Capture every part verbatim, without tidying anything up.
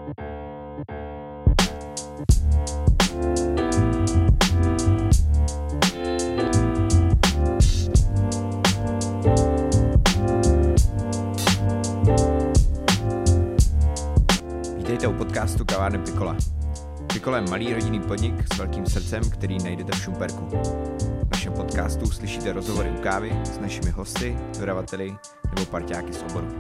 Vítejte u podcastu Kavárny Pikola. Pikola je malý rodinný podnik s velkým srdcem, který najdete v Šumperku. V našem podcastu slyšíte rozhovory u kávy s našimi hosty, dodavateli nebo parťáky z oboru.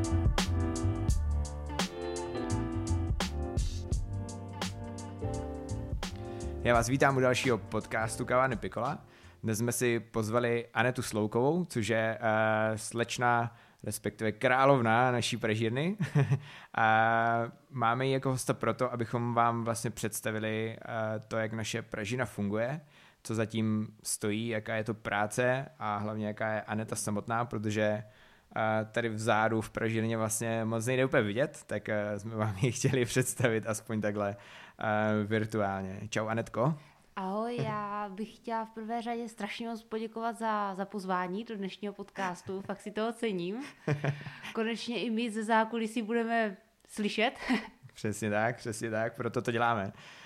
Já vás vítám u dalšího podcastu Kavárny Pikola. Dnes jsme si pozvali Anetu Sloukovou, což je uh, slečna, respektive královna naší pražírny. A máme ji jako hosta proto, abychom vám vlastně představili uh, to, jak naše pražina funguje, co zatím stojí, jaká je to práce a hlavně jaká je Aneta samotná, protože uh, tady vzadu v pražírně vlastně moc nejde úplně vidět, tak uh, jsme vám ji chtěli představit aspoň takhle uh, virtuálně. Čau Anetko. Ahoj, já bych chtěla v prvé řadě strašně moc poděkovat za, za pozvání do dnešního podcastu, fakt si toho cením. Konečně i my ze zákulisí budeme slyšet. Přesně tak, přesně tak, proto to děláme.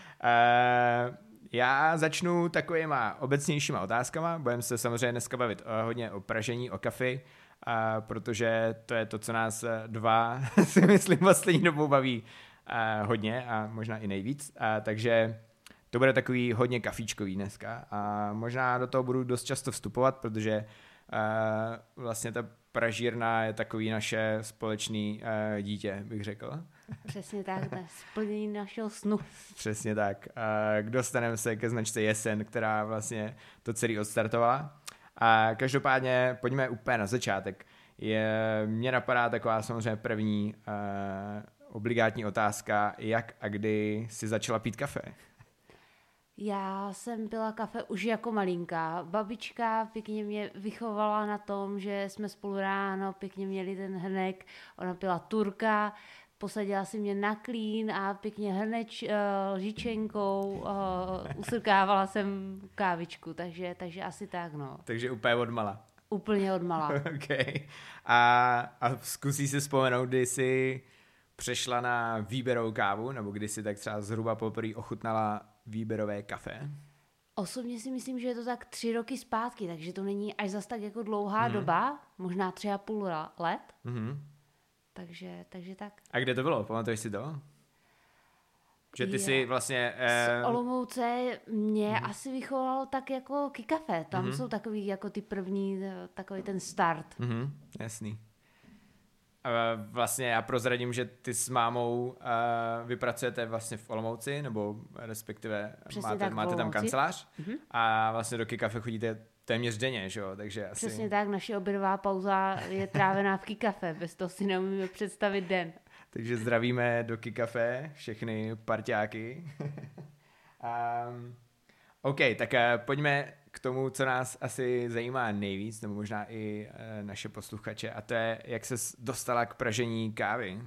Uh, já začnu takovýma obecnějšíma otázkama, budeme se samozřejmě dneska bavit uh, hodně o pražení, o kafi, uh, protože to je to, co nás dva si myslím poslední dobou baví uh, hodně a možná i nejvíc, uh, takže to bude takový hodně kafíčkový dneska a možná do toho budu dost často vstupovat, protože uh, vlastně ta pražírna je takový naše společný uh, dítě, bych řekl. Přesně tak, to je splnění našeho snu. Přesně tak. Uh, dostaneme se ke značce Jesen, která vlastně to celý odstartovala. A každopádně pojďme úplně na začátek. Je, mně napadá taková samozřejmě první uh, obligátní otázka, jak a kdy jsi začala pít kafe? Já jsem pila kafe už jako malinká. Babička pěkně mě vychovala na tom, že jsme spolu ráno pěkně měli ten hrnek. Ona pila turka, posadila si mě na klín a pěkně hrneč uh, lžičenkou uh, usrkávala jsem kávičku, takže, takže asi tak, no. Takže úplně odmala. Úplně odmala. Okay. A, a zkusí si vzpomenout, kdy jsi přešla na výběrovou kávu, nebo kdy jsi tak třeba zhruba poprvé ochutnala výběrové kafe? Osobně si myslím, že je to tak tři roky zpátky, takže to není až zas tak jako dlouhá hmm. doba, možná tři a půl let. Hmm. Takže, takže tak. A kde to bylo? Pamatuješ si to? Že ty je. jsi vlastně... Eh... Z Olomouce mě hmm. asi vychovalo tak jako Kikafe. Tam hmm. jsou takový jako ty první, takový ten start. Hmm. Jasný. Vlastně já prozradím, že ty s mámou uh, vypracujete vlastně v Olomouci, nebo respektive máte, máte tam kancelář mm-hmm. a vlastně do Kikafe chodíte téměř denně, že jo, takže asi... Přesně tak, naše obědová pauza je trávená v Kikafe, bez toho si neumíme představit den. Takže zdravíme do Kikafe všechny parťáky. um, OK, tak uh, pojďme k tomu, co nás asi zajímá nejvíc, nebo možná i e, naše posluchače, a to je, jak ses dostala k pražení kávy.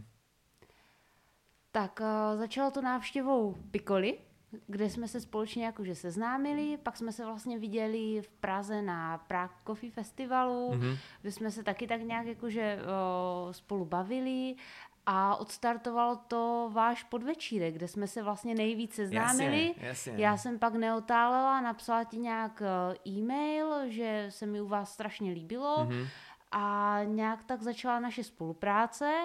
Tak uh, začalo to návštěvou Pikoly, kde jsme se společně jakože seznámili, pak jsme se vlastně viděli v Praze na Prague Coffee Festivalu, mm-hmm. kde jsme se taky tak nějak jakože uh, spolu bavili. A odstartovalo to váš podvečírek, kde jsme se vlastně nejvíc seznámili. Jasně, jasně. Já jsem pak neotálela, napsala ti nějak e-mail, že se mi u vás strašně líbilo mm-hmm. a nějak tak začala naše spolupráce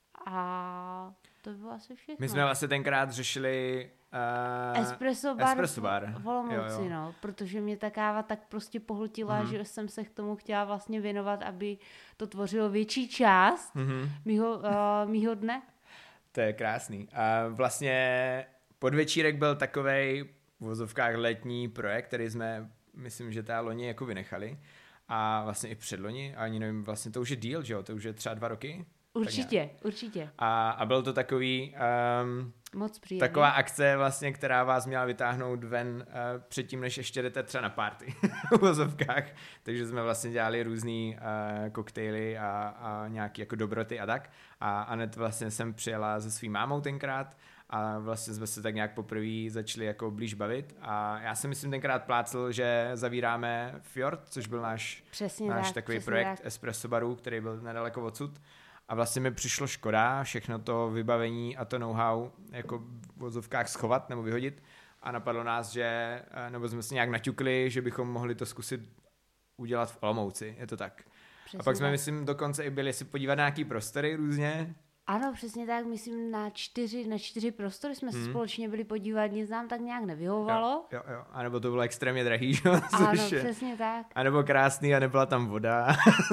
a to bylo asi všechno. My jsme vlastně tenkrát řešili uh, espresso bar, espresso bar v Olomouci, no, protože mě ta káva tak prostě pohltila, mm-hmm. že jsem se k tomu chtěla vlastně věnovat, aby to tvořilo větší část mm-hmm. mýho, uh, mýho dne. To je krásný. A vlastně podvečírek byl takovej v vozovkách letní projekt, který jsme, myslím, že ta loni jako vynechali a vlastně i předloni, a ani nevím, vlastně to už je díl, že jo, to už je třeba dva roky. Určitě, určitě. A, a byl to takový um, moc příjemný. Taková akce vlastně, která vás měla vytáhnout ven uh, předtím, než ještě jdete třeba na party v vozovkách. Takže jsme vlastně dělali různý uh, koktejly a, a nějaký jako dobroty a tak. A Anet vlastně jsem přijela se svým mámou tenkrát a vlastně jsme se tak nějak poprvé začali jako blíž bavit. A já si myslím tenkrát plácl, že zavíráme Fjord, což byl náš, náš tak, takový projekt tak. Espresso baru, který byl nedaleko odsud. a vlastně mi přišlo škoda všechno to vybavení a to know-how jako v vozovkách schovat nebo vyhodit a napadlo nás, že, nebo jsme si nějak naťukli, že bychom mohli to zkusit udělat v Olomouci, je to tak. Přesně a pak jsme, tak. myslím, dokonce i byli si podívat na nějaký prostory různě. Ano, přesně tak, myslím na čtyři, na čtyři prostory jsme hmm. se společně byli podívat, nic nám tak nějak nevyhovovalo. Jo, jo, jo. A nebo to bylo extrémně drahý, že? Ano, přesně tak. A nebo krásný a nebyla tam voda.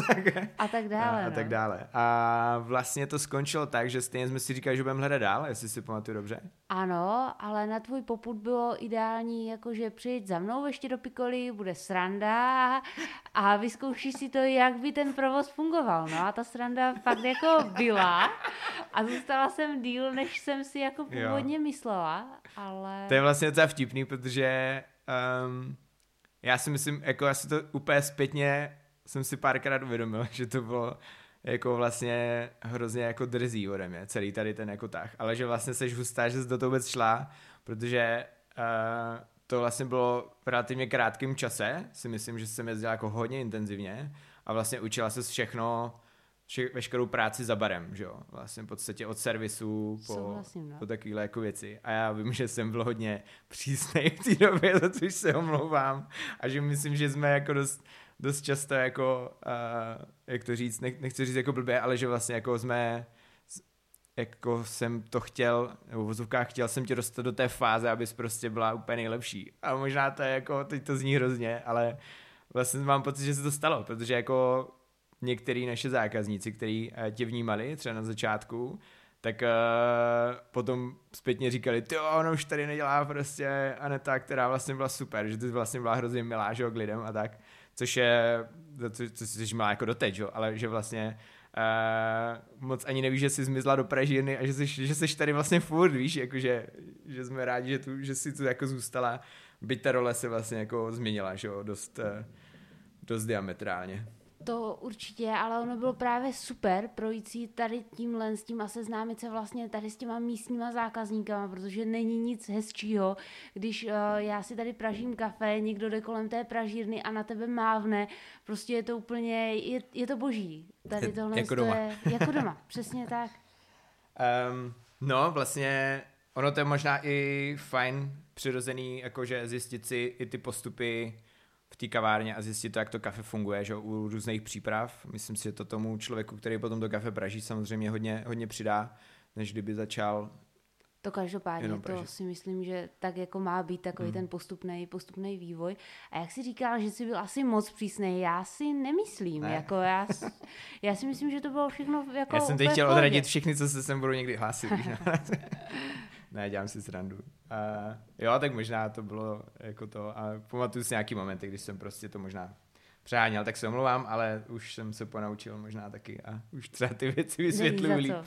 A tak dále. A, a no. tak dále. A vlastně to skončilo tak, že stejně jsme si říkali, že budeme hledat dál, jestli si pamatuju dobře. Ano, ale na tvůj popud bylo ideální, jakože přijít za mnou ještě do Piccoli, bude sranda a vyzkoušíš si to, jak by ten provoz fungoval. No a ta sranda fakt jako byla. A zůstala jsem díl, než jsem si jako původně jo. myslela, ale... To je vlastně docela vtipný, protože um, já si myslím, jako já si to úplně zpětně jsem si párkrát uvědomil, že to bylo jako vlastně hrozně jako drzí ode mě, celý tady ten jako tah, ale že vlastně seš hustá, že jsi do toho vůbec šla, protože uh, to vlastně bylo v relativně krátkém čase, si myslím, že jsem jezdila jako hodně intenzivně a vlastně učila se všechno, vše, veškerou práci za barem, že jo, vlastně v podstatě od servisu po, no. po takovýhle jako věci a já vím, že jsem byl hodně přísnej v té době, za což se omlouvám a že myslím, že jsme jako dost, dost často jako, uh, jak to říct, nech, nechci říct jako blbě, ale že vlastně jako jsme, jako jsem to chtěl, nebo v vozovkách chtěl jsem tě dostat do té fáze, abys prostě byla úplně nejlepší a možná to je jako, teď to zní hrozně, ale vlastně mám pocit, že se to stalo, protože jako některý naše zákazníci, kteří uh, tě vnímali třeba na začátku, tak uh, potom zpětně říkali, ty ono už tady nedělá prostě Aneta, která vlastně byla super, že ty vlastně byla hrozně milá, že jo, k lidem a tak, což je, co, co jsi milá jako doteď, jo, ale že vlastně uh, moc ani nevíš, že jsi zmizla do Pražírny a že jsi, že jsi tady vlastně furt, víš, jakože, že jsme rádi, že, tu, že jsi tu jako zůstala, byť ta role se vlastně jako změnila, že jo, dost, uh, dost diametrálně. To určitě, ale ono bylo právě super projít si tady tímhle s tím a seznámit se vlastně tady s těma místníma zákazníkama, protože není nic hezčího, když uh, já si tady pražím kafe, někdo jde kolem té pražírny a na tebe mávne, prostě je to úplně, je, je to boží. Tady tohle jako doma. Je jako doma, přesně tak. Um, no, vlastně ono to je možná i fajn, přirozený, jakože zjistit si i ty postupy v té kavárně a zjistit to, jak to kafe funguje, že u různých příprav. Myslím si, že to tomu člověku, který potom to kafe praží, samozřejmě hodně, hodně přidá, než kdyby začal. To každopádně, to si myslím, že tak jako má být takový hmm. ten postupný, postupný vývoj. A jak jsi říkal, že jsi byl asi moc přísnej, já si nemyslím. Ne. Jako já, já si myslím, že to bylo všechno jako já jsem teď chtěl odradit všechny, co se sem budou někdy hlásit. Ne, dělám si srandu. Uh, jo, tak možná to bylo jako to. A pamatuju si nějaký momenty, když jsem prostě to možná přeháněl, tak se omlouvám, ale už jsem se ponaučil možná taky a už třeba ty věci vysvětluju líp.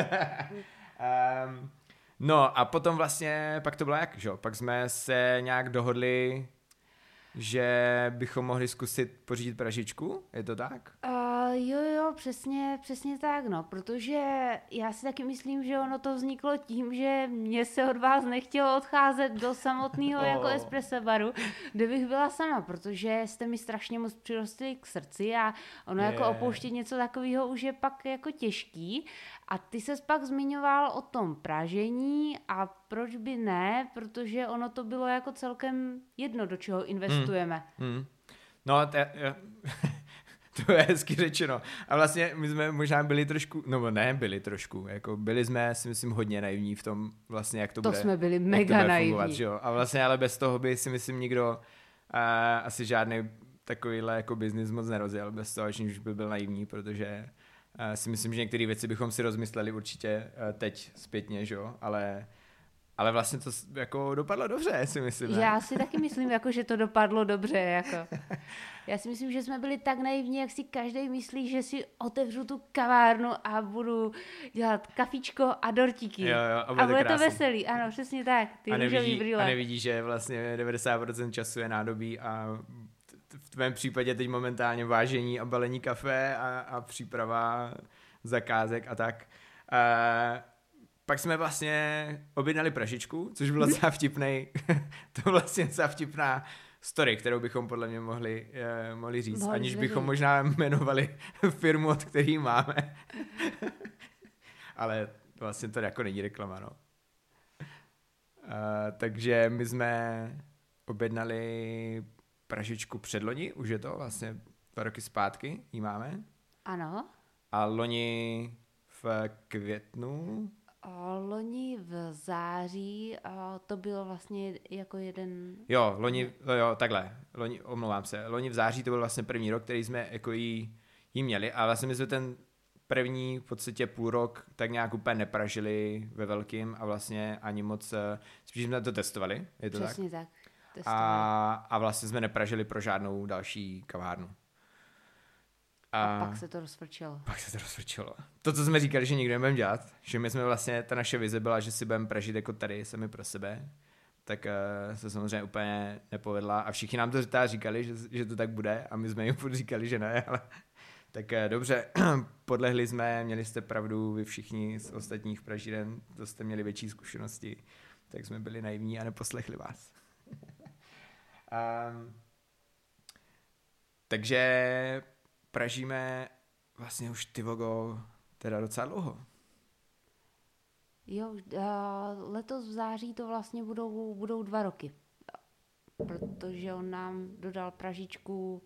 um, no a potom vlastně, pak to bylo jak, že? Pak jsme se nějak dohodli, že bychom mohli zkusit pořídit pražičku, je to tak? Uh, jo, jo, přesně, přesně tak, no, protože já si taky myslím, že ono to vzniklo tím, že mě se od vás nechtělo odcházet do samotného oh. jako espresso baru, kde bych byla sama, protože jste mi strašně moc přirostli k srdci a ono yeah. jako opouštět něco takového už je pak jako těžký. A ty ses pak zmiňoval o tom pražení a proč by ne, protože ono to bylo jako celkem jedno, do čeho investujeme. Hmm. Hmm. No, to je, to je hezky řečeno. A vlastně my jsme možná byli trošku, no ne, byli trošku, jako byli jsme, si myslím, hodně naivní v tom vlastně, jak to, to bude. To jsme byli mega naivní. Fungovat, že jo? A vlastně ale bez toho by si myslím nikdo uh, asi žádný takovýhle jako biznis moc nerozjel, bez toho, že už by byl naivní, protože uh, si myslím, že některé věci bychom si rozmysleli určitě uh, teď zpětně, že jo, ale Ale vlastně to jako dopadlo dobře, si myslím. Ne? Já si taky myslím, jako, že to dopadlo dobře. Jako. Já si myslím, že jsme byli tak naivní, jak si každý myslí, že si otevřu tu kavárnu a budu dělat kafičko a dortíky. Jo, jo, a bude, a bude to, to veselý, ano, přesně tak. Ty a, nevidí, a nevidí, že vlastně devadesát procent času je nádobí a v tvém případě teď momentálně vážení a balení kafe a, a příprava zakázek a tak. Uh, Pak jsme vlastně objednali pražičku, což bylo docela vtipnej, to vlastně docela vtipná story, kterou bychom podle mě mohli, eh, mohli říct, Mohli aniž bychom možná jmenovali firmu, od který máme. ale vlastně to jako není reklama, no. Uh, takže my jsme objednali pražičku předloni, už je to vlastně dva roky zpátky, jí máme. Ano. A loni v květnu. A loni v září a to bylo vlastně jako jeden... Jo, loni, jo, takhle, loni, omlouvám se, loni v září to byl vlastně první rok, který jsme jako jí, jí měli a vlastně my jsme ten první v podstatě půl rok tak nějak úplně nepražili ve velkým a vlastně ani moc, spíš jsme to testovali, je to Přesně tak? tak. A, a vlastně jsme nepražili pro žádnou další kavárnu. A, a pak se to rozfrčilo. Pak se to rozfrčilo. To, co jsme říkali, že nikdo nebudeme dělat, že my jsme vlastně, ta naše vize byla, že si budeme pražit jako tady sami pro sebe, tak uh, se samozřejmě úplně nepovedla a všichni nám to říkali, že, že to tak bude a my jsme jim furt říkali, že ne, ale tak uh, dobře, podlehli jsme, měli jste pravdu, vy všichni z ostatních pražíren, to jste měli větší zkušenosti, tak jsme byli naivní a neposlechli vás. um, takže pražíme vlastně už ty vogo teda docela dlouho. Jo, letos v září to vlastně budou, budou dva roky, protože on nám dodal pražičku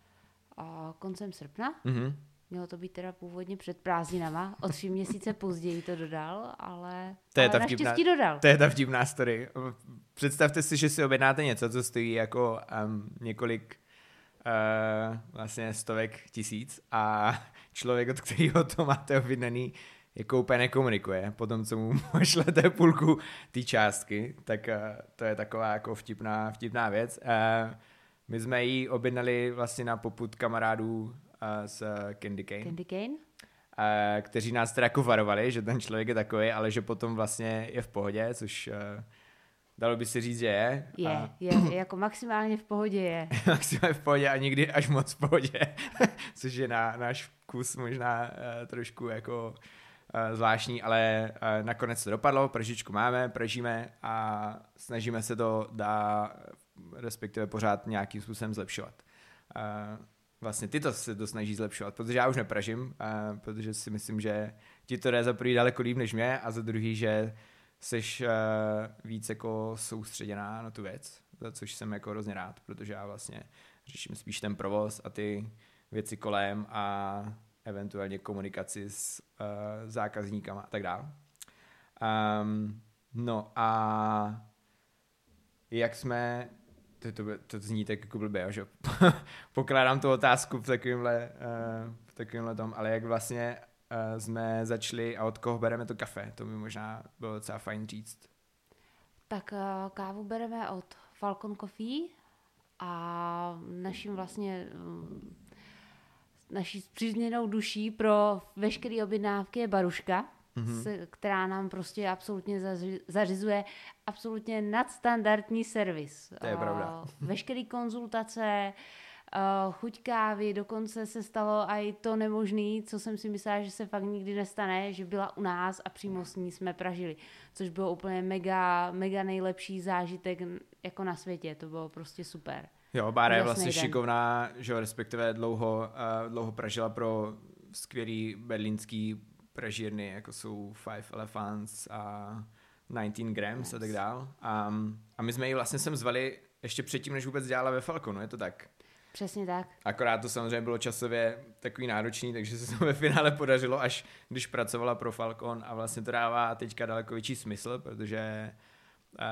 koncem srpna. Mm-hmm. Mělo to být teda původně před prázdninama, o tři měsíce později to dodal, ale, to je ale ta vtipná, naštěstí dodal. To je ta vtipná story. Představte si, že si objednáte něco, co stojí jako um, několik Uh, vlastně stovek tisíc a člověk, od kterého to máte objednaný, jako úplně nekomunikuje. Potom, co mu pošlete půlku té částky, tak uh, to je taková jako vtipná, vtipná věc. Uh, my jsme ji objednali vlastně na popud kamarádů uh, z Candy Cane. Candy Cane? Uh, kteří nás teda jako varovali, že ten člověk je takový, ale že potom vlastně je v pohodě, což uh, dalo by se říct, že je. Je, a... je, je, jako maximálně v pohodě je. maximálně v pohodě a někdy až moc v pohodě, což je na náš vkus možná uh, trošku jako uh, zvláštní, ale uh, nakonec to dopadlo, pražičku máme, pražíme a snažíme se to dá, respektive pořád nějakým způsobem zlepšovat. Uh, vlastně ty to se to snaží zlepšovat, protože já už nepražím, uh, protože si myslím, že ti to jde za prvý daleko líp než mě a za druhý, že seš uh, víc jako soustředěná na tu věc, za což jsem jako hrozně rád, protože já vlastně řeším spíš ten provoz a ty věci kolem a eventuálně komunikaci s uh, zákazníkama a tak dále. Um, no a jak jsme, to, to, to zní tak jako blbě, že pokládám tu otázku v takovémhle, uh, v takovémhle tom, ale jak vlastně Uh, jsme začali a od koho bereme to kafe, to by možná bylo docela fajn říct. Tak uh, kávu bereme od Falcon Coffee a naším vlastně um, naší spřízněnou duší pro veškeré objednávky je Baruška, mm-hmm. s, která nám prostě absolutně zaři, zařizuje absolutně nadstandardní servis. To je uh, pravda. Veškeré konzultace, Uh, chuť kávy, dokonce se stalo i to nemožný, co jsem si myslela, že se fakt nikdy nestane, že byla u nás a přímo s ní jsme pražili, což bylo úplně mega, mega nejlepší zážitek jako na světě, to bylo prostě super. Jo, Bára je vlastně šikovná, že respektive dlouho, uh, dlouho pražila pro skvělý berlínský pražírny, jako jsou Five Elephants a devatenáct grams yes. a tak dál. Um, a my jsme ji vlastně sem zvali ještě předtím, než vůbec dělala ve Falconu, je to tak? Přesně tak. Akorát to samozřejmě bylo časově takový náročný, takže se to ve finále podařilo, až když pracovala pro Falcon a vlastně to dává teďka daleko větší smysl, protože eh,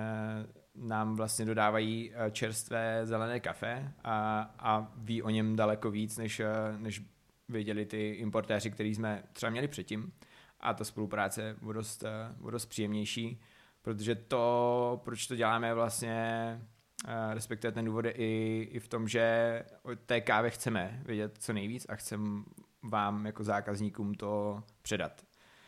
nám vlastně dodávají čerstvé zelené kafe a, a ví o něm daleko víc, než, než věděli ty importéři, který jsme třeba měli předtím. A ta spolupráce bude dost, bude dost příjemnější, protože to, proč to děláme vlastně... Uh, respektive ten důvod je i, i v tom, že o té kávě chceme vědět co nejvíc a chceme vám jako zákazníkům to předat.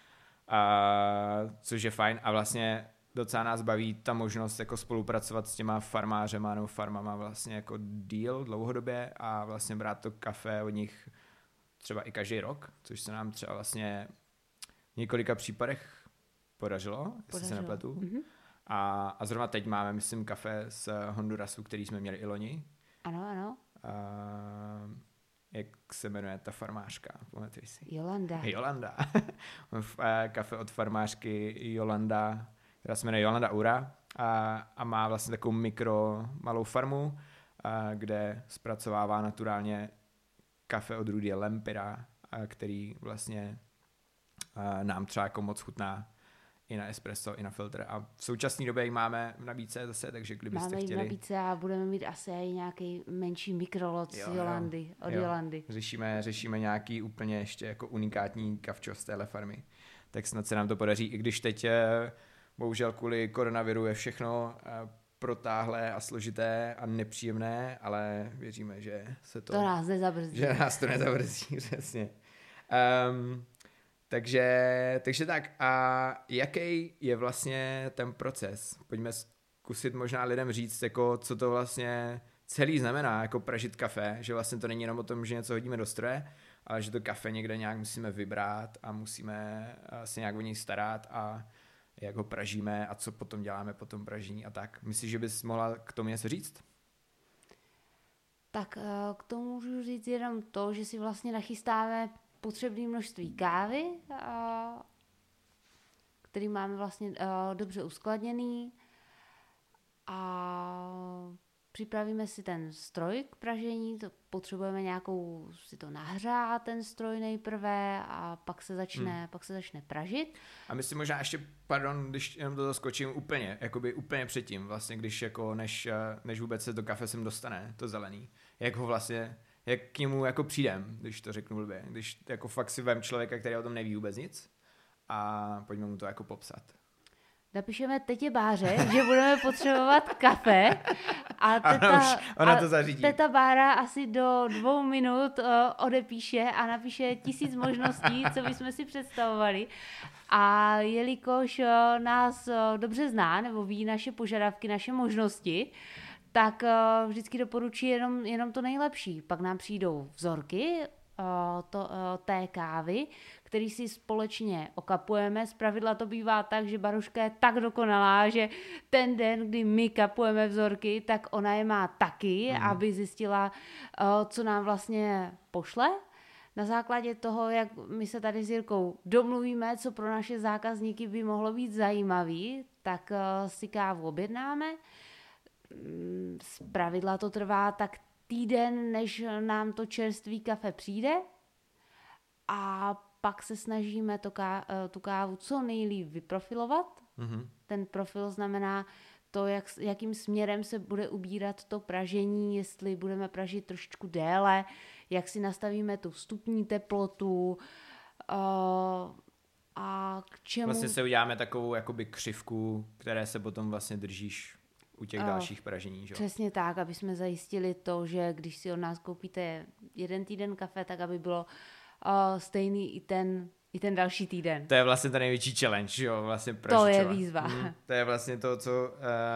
Uh, což je fajn a vlastně docela nás baví ta možnost jako spolupracovat s těma farmářema nebo farmama vlastně jako deal dlouhodobě a vlastně brát to kafe od nich třeba i každý rok, což se nám třeba vlastně v několika případech podařilo, podařilo. jestli se nepletu. Mm-hmm. A, a zrovna teď máme, myslím, kafe z Hondurasu, který jsme měli i loni. Ano, ano. A, jak se jmenuje ta farmářka, pamatuješ si? Jolanda. Jolanda. Kafe od farmářky Jolanda, která se jmenuje Jolanda Ura a, a má vlastně takovou mikro malou farmu, a, kde zpracovává naturálně kafe od Rudy Lempira, a, který vlastně a, nám třeba jako moc chutná i na espresso, i na filtr. A v současné době ji máme v nabídce zase, takže kdybyste máme chtěli... Máme ji v nabídce a budeme mít asi i nějaký menší mikrolot z Jolandy, od jo. Jolandy. Řešíme, řešíme nějaký úplně ještě jako unikátní kavčo z téhle farmy. Tak snad se nám to podaří, i když teď bohužel kvůli koronaviru je všechno protáhlé a složité a nepříjemné, ale věříme, že se to... To nás nezabrzdí. Že nás to nezabrzdí, přesně. Um, takže, takže tak, a jaký je vlastně ten proces? Pojďme zkusit možná lidem říct, jako, co to vlastně celý znamená, jako pražit kafe, že vlastně to není jenom o tom, že něco hodíme do stroje, ale že to kafe někde nějak musíme vybrat a musíme se nějak o něj starat a jak ho pražíme a co potom děláme po tom pražení a tak. Myslíš, že bys mohla k tomu něco říct? Tak k tomu můžu říct jenom to, že si vlastně nachystáme potřebné množství kávy, který máme vlastně dobře uskladněný a připravíme si ten stroj k pražení, to potřebujeme nějakou si to nahřát ten stroj nejprve a pak se začne, hmm. pak se začne pražit. A myslím možná ještě, pardon, když jenom to skočím úplně, jakoby úplně předtím, vlastně když jako než, než vůbec se to kafe sem dostane, to zelený, jak ho vlastně, jak k němu jako přijdem, když to řeknu blbě, když jako fakt si vem člověka, který o tom neví vůbec nic a pojďme mu to jako popsat. Napíšeme tetě Báře, že budeme potřebovat kafe a teta, ona, už, ona to zařídí. Teta Bára asi do dvou minut uh, odepíše a napíše tisíc možností, co bychom si představovali. A jelikož uh, nás uh, dobře zná nebo ví naše požadavky, naše možnosti, tak uh, vždycky doporučí jenom, jenom to nejlepší. Pak nám přijdou vzorky uh, to, uh, té kávy, který si společně okapujeme. Zpravidla to bývá tak, že Baruška je tak dokonalá, že ten den, kdy my kapujeme vzorky, tak ona je má taky, mm. aby zjistila, co nám vlastně pošle. Na základě toho, jak my se tady s Jirkou domluvíme, co pro naše zákazníky by mohlo být zajímavý, tak si kávu objednáme. Zpravidla to trvá tak týden, než nám to čerstvý kafe přijde. A pak se snažíme to ká, tu kávu co nejlíp vyprofilovat. Mm-hmm. Ten profil znamená to, jak, jakým směrem se bude ubírat to pražení, jestli budeme pražit trošičku déle, jak si nastavíme tu vstupní teplotu uh, a k čemu... Vlastně se uděláme takovou jakoby křivku, které se potom vlastně držíš u těch uh, dalších pražení. Že? Přesně tak, aby jsme zajistili to, že když si od nás koupíte jeden týden kafe, tak aby bylo Uh, stejný i ten, i ten další týden. To je vlastně ten největší challenge, jo, vlastně pražičova. To je výzva. Hmm, to je vlastně to, co uh,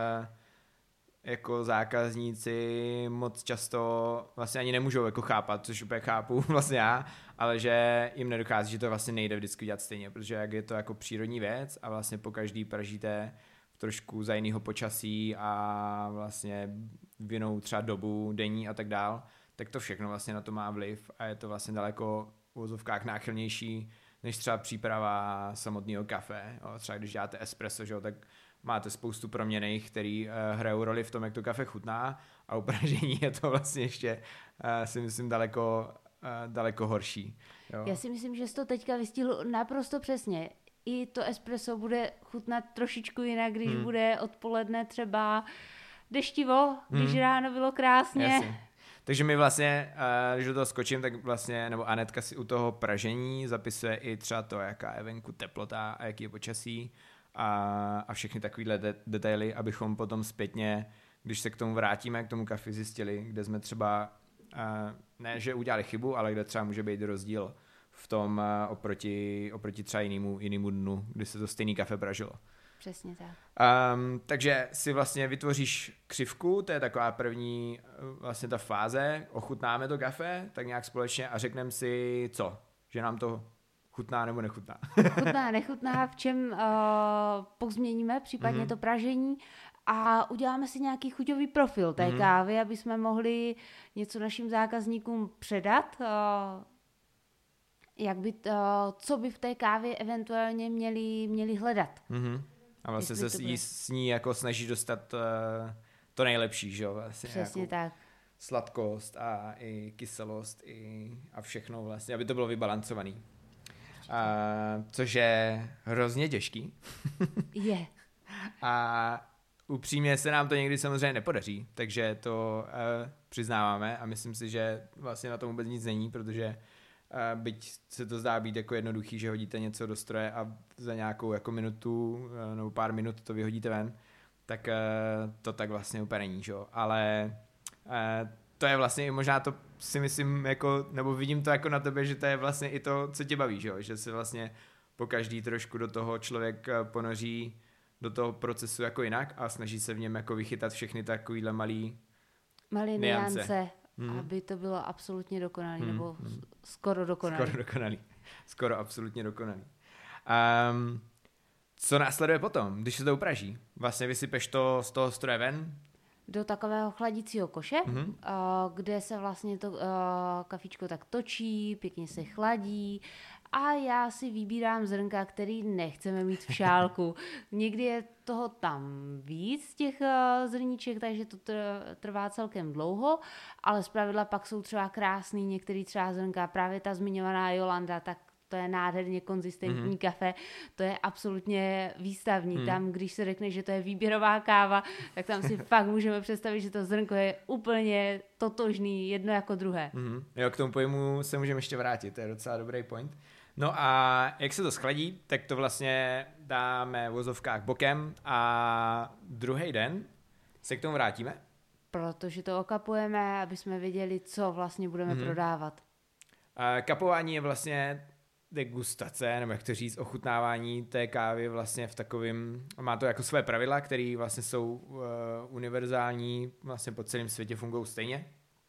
jako zákazníci moc často vlastně ani nemůžou jako chápat, což úplně chápu vlastně já, ale že jim nedochází, že to vlastně nejde vždycky dělat stejně, protože jak je to jako přírodní věc a vlastně po každý pražíte v trošku za jinýho počasí a vlastně v jinou třeba dobu, denní a tak dál, tak to všechno vlastně na to má vliv a je to vlastně daleko v uvozovkách náchylnější než třeba příprava samotného kafe. Jo, třeba když děláte espresso, že jo, tak máte spoustu proměnných, který uh, hrajou roli v tom, jak to kafe chutná a u pražení je to vlastně ještě uh, si myslím daleko, uh, daleko horší. Jo. Já si myslím, že jsi to teďka vystihl naprosto přesně. I to espresso bude chutnat trošičku jinak, když hmm. bude odpoledne třeba deštivo, když hmm. ráno bylo krásně. Jasně. Takže my vlastně, když do toho skočím, tak vlastně, nebo Anetka si u toho pražení zapisuje i třeba to, jaká je venku teplota a jaký je počasí a, a všechny takovýhle de- detaily, abychom potom zpětně, když se k tomu vrátíme, k tomu kafi zjistili, kde jsme třeba, ne, že udělali chybu, ale kde třeba může být rozdíl v tom oproti, oproti třeba jinému, jinému dnu, kdy se to stejný kafe pražilo. Přesně tak. Um, takže si vlastně vytvoříš křivku, to je taková první vlastně ta fáze, ochutnáme to kafe, tak nějak společně a řekneme si co? Že nám to chutná nebo nechutná. Chutná, nechutná, v čem uh, pozměníme případně mm-hmm. to pražení a uděláme si nějaký chuťový profil té mm-hmm. kávy, aby jsme mohli něco našim zákazníkům předat, uh, jak by, uh, co by v té kávě eventuálně měli, měli hledat. Mm-hmm. A vlastně se s, s ní jako snaží dostat uh, to nejlepší, že jo? Vlastně přesně tak. Sladkost a i kyselost i, a všechno vlastně, aby to bylo vybalancovaný. Uh, což je hrozně těžký. Je. A upřímně se nám to někdy samozřejmě nepodaří, takže to uh, přiznáváme a myslím si, že vlastně na tom vůbec nic není, protože uh, byť se to zdá být jako jednoduchý, že hodíte něco do stroje a za nějakou jako minutu uh, nebo pár minut to vyhodíte ven, tak uh, to tak vlastně úplně není, že? Ale uh, to je vlastně možná to si myslím, jako, nebo vidím to jako na tebe, že to je vlastně i to, co tě baví, že, že se vlastně po každý trošku do toho člověk ponoří do toho procesu jako jinak a snaží se v něm jako vychytat všechny takovýhle malý malý niance, niance hmm. aby to bylo absolutně dokonalý, hmm. nebo hmm. skoro dokonalý. Skoro dokonalý. Skoro absolutně dokonalý. Um, co následuje potom, když se to upraží? Vlastně vysypeš to z toho stroje ven? Do takového chladícího koše, mm-hmm. kde se vlastně to kafíčko tak točí, pěkně se chladí a já si vybírám zrnka, který nechceme mít v šálku. Někdy je toho tam víc těch zrníček, takže to trvá celkem dlouho, ale zpravidla pak jsou třeba krásný některý třeba zrnka, právě ta zmiňovaná Jolanda, tak to je nádherně konzistentní mm-hmm. kafe, to je absolutně výstavní. Mm. Tam, když se řekne, že to je výběrová káva, tak tam si fakt můžeme představit, že to zrnko je úplně totožný, jedno jako druhé. Mm. Jo, k tomu pojmu se můžeme ještě vrátit, to je docela dobrý point. No a jak se to schladí, tak to vlastně dáme v vozovkách bokem a druhý den se k tomu vrátíme. Protože to okapujeme, aby jsme věděli, co vlastně budeme mm. prodávat. A kapování je vlastně degustace, nebo jak to říct, ochutnávání té kávy vlastně v takovým, má to jako své pravidla, které vlastně jsou uh, univerzální, vlastně po celém světě fungují stejně.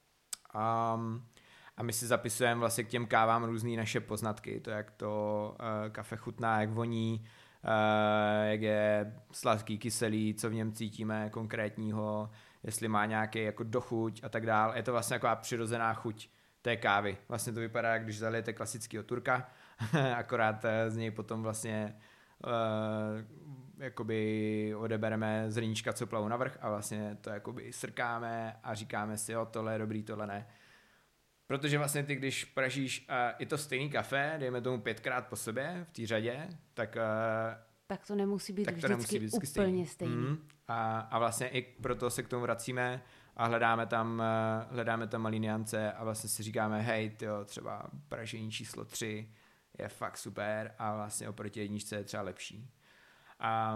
Um, a my si zapisujeme vlastně k těm kávám různý naše poznatky, to jak to uh, kafe chutná, jak voní, uh, jak je sladký, kyselý, co v něm cítíme konkrétního, jestli má nějaký jako dochuť a tak dál. Je to vlastně taková přirozená chuť té kávy. Vlastně to vypadá, jak když zalijete klasického turka, akorát z něj potom vlastně uh, jakoby odebereme zrníčka, co plavou navrch a vlastně to jakoby srkáme a říkáme si, jo, tohle je dobrý, tohle ne. Protože vlastně ty, když pražíš uh, i to stejný kafe, dejme tomu pětkrát po sobě v té řadě, tak uh, tak to nemusí být tak to vždycky, nemusí být vždycky úplně stejný. stejný. Mm. A, a vlastně i proto se k tomu vracíme a hledáme tam, hledáme tam malý niance a vlastně si říkáme, hej, tyjo, třeba pražení číslo tři je fakt super a vlastně oproti jedničce je třeba lepší. A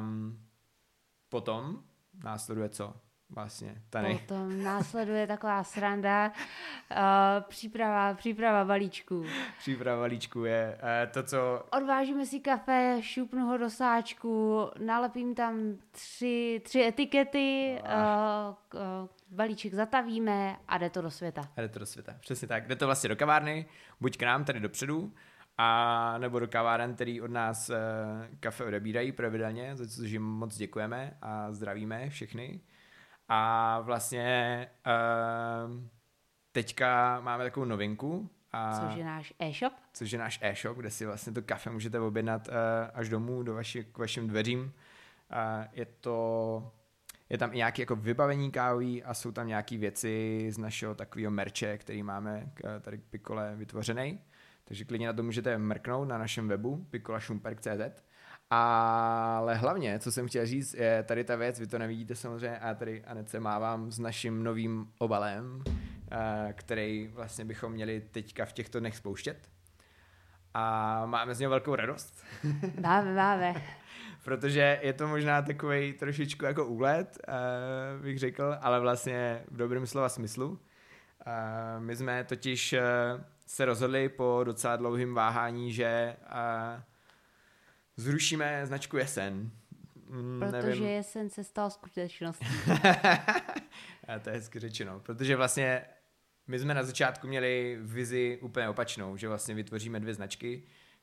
potom následuje co? Vlastně, tady. Potom následuje taková sranda, uh, příprava, příprava balíčků. Příprava balíčků je uh, to, co... Odvážíme si kafe, šupnu ho do sáčku, nalepím tam tři, tři etikety, uh, uh, balíček zatavíme a jde to do světa. A jde to do světa, přesně tak. Jde to vlastně do kavárny, buď k nám tady dopředu, a nebo do kaváren, který od nás uh, kafe odebírají pravidelně, za což jim moc děkujeme a zdravíme všechny. A vlastně uh, teďka máme takovou novinku. A což je náš e-shop. Což je náš e-shop, kde si vlastně to kafe můžete objednat uh, až domů, do vaši, k vašim dveřím. Uh, je to, je tam i nějaké jako vybavení kávy a jsou tam nějaké věci z našeho takového merče, který máme tady k Pikole vytvořený. Takže klidně na to můžete mrknout na našem webu pikola šumperk tečka cé zet. Ale hlavně, co jsem chtěl říct, je tady ta věc, vy to nevidíte samozřejmě, a já tady Anece mávám s naším novým obalem, který vlastně bychom měli teďka v těchto dnech spouštět. A máme z něho velkou radost. Máme, máme. Protože je to možná takovej trošičku jako úlet, bych řekl, ale vlastně v dobrém slova smyslu. My jsme totiž se rozhodli po docela dlouhým váhání, že zrušíme značku Jesen. Protože Nevím. Jesen se stal skutečností. A to je hezky řečeno. Protože vlastně my jsme na začátku měli vizi úplně opačnou, že vlastně vytvoříme dvě značky,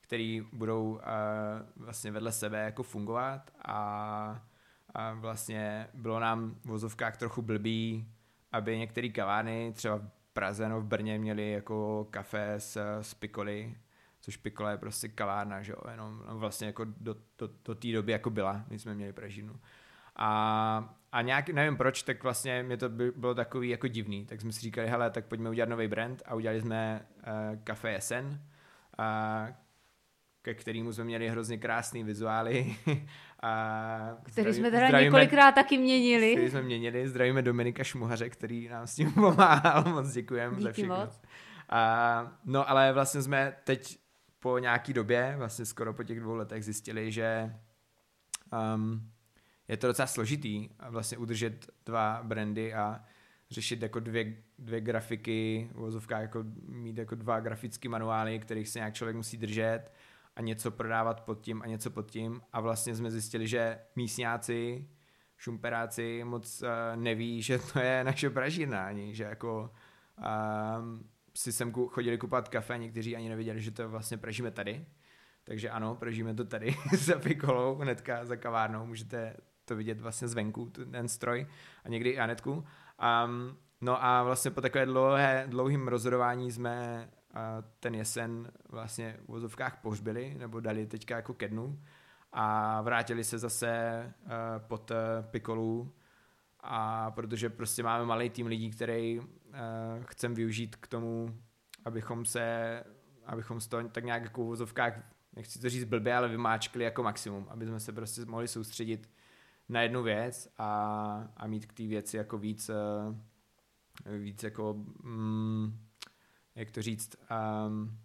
který budou uh, vlastně vedle sebe jako fungovat a, a vlastně bylo nám v vozovkách trochu blbý, aby některé kavárny, třeba v Praze nebo v Brně, měly jako kafe s, s Piccoli, což Piccola je prostě kavárna, že jo, jenom vlastně jako do, do, do té doby jako byla, my jsme měli pražírnu. A, a nějak, nevím proč, tak vlastně mě to by, bylo takový jako divný, tak jsme si říkali, hele, tak pojďme udělat nový brand a udělali jsme uh, Café Jesen, uh, ke kterému jsme měli hrozně krásný vizuály. A který zdraví, jsme teda zdravíme, několikrát taky měnili. Který jsme měnili, zdravíme Dominika Šmuhaře, který nám s tím pomáhal, moc děkujeme za všechno. Moc. A, no ale vlastně jsme teď po nějaký době, vlastně skoro po těch dvou letech zjistili, že um, je to docela složitý vlastně udržet dva brandy a řešit jako dvě, dvě grafiky, v vozovkách jako mít jako dva grafické manuály, kterých se nějak člověk musí držet a něco prodávat pod tím a něco pod tím a vlastně jsme zjistili, že místňáci, šumperáci moc uh, neví, že to je naše pražírna ani, že jako um, si sem chodili kupovat kafe, někteří ani nevěděli, že to vlastně pražíme tady, takže ano, pražíme to tady za Piccolou, hnedka za kavárnou, můžete to vidět vlastně zvenku, ten stroj a někdy i Anetku. Um, no a vlastně po takové dlouhé, dlouhým rozhodování jsme uh, ten Jesen vlastně v vozovkách pohřbili, nebo dali teďka jako ke dnu a vrátili se zase uh, pod uh, Piccolu a protože prostě máme malý tým lidí, který uh, chcem využít k tomu, abychom se, abychom z toho tak nějak jako v vozovkách, nechci to říct blbě, ale vymáčkli jako maximum, aby jsme se prostě mohli soustředit na jednu věc a, a mít k té věci jako víc, víc jako, mm, jak to říct, um,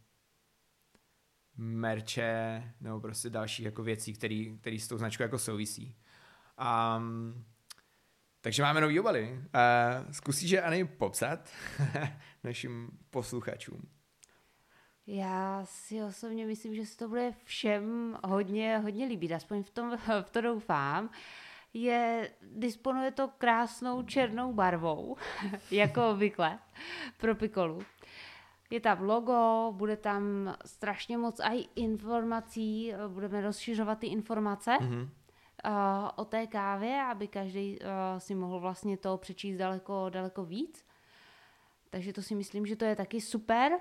merče nebo prostě dalších jako věcí, které s tou značkou jako souvisí. Um, takže máme nový obaly. Uh, zkusíš je, Ani, popsat našim posluchačům? Já si osobně myslím, že se to bude všem hodně, hodně líbit, aspoň v, tom, v to doufám. Je, disponuje to krásnou černou barvou, jako obvykle, pro Piccolu. Je tam logo, bude tam strašně moc aj informací, budeme rozšiřovat ty informace mm-hmm. uh, o té kávě, aby každý uh, si mohl vlastně to přečíst daleko, daleko víc. Takže to si myslím, že to je taky super.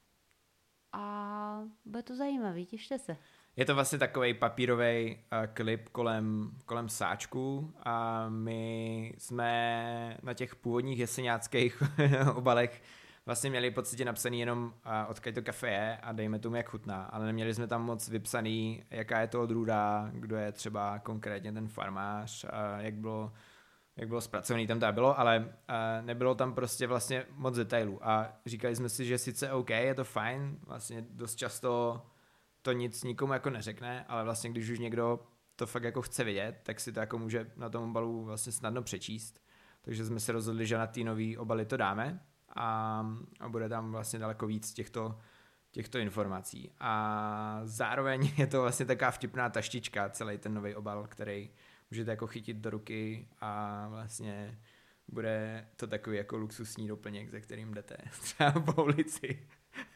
A bude to zajímavý, těšte se. Je to vlastně takovej papírový uh, klip kolem, kolem sáčku a my jsme na těch původních jeseňáckých obalech vlastně měli pocitě napsaný jenom uh, odkud to kafe je a dejme tomu, jak chutná, ale neměli jsme tam moc vypsaný, jaká je to odrůda, kdo je třeba konkrétně ten farmář, uh, jak bylo jak bylo zpracovaný, tam to bylo, ale uh, nebylo tam prostě vlastně moc detailů a říkali jsme si, že sice OK, je to fajn, vlastně dost často to nic nikomu jako neřekne, ale vlastně když už někdo to fakt jako chce vidět, tak si to jako může na tom obalu vlastně snadno přečíst, takže jsme se rozhodli, že na ty nový obaly to dáme a, a bude tam vlastně daleko víc těchto, těchto informací a zároveň je to vlastně taková vtipná taštička, celý ten nový obal, který můžete jako chytit do ruky a vlastně bude to takový jako luxusní doplněk, ze kterým jdete třeba po ulici.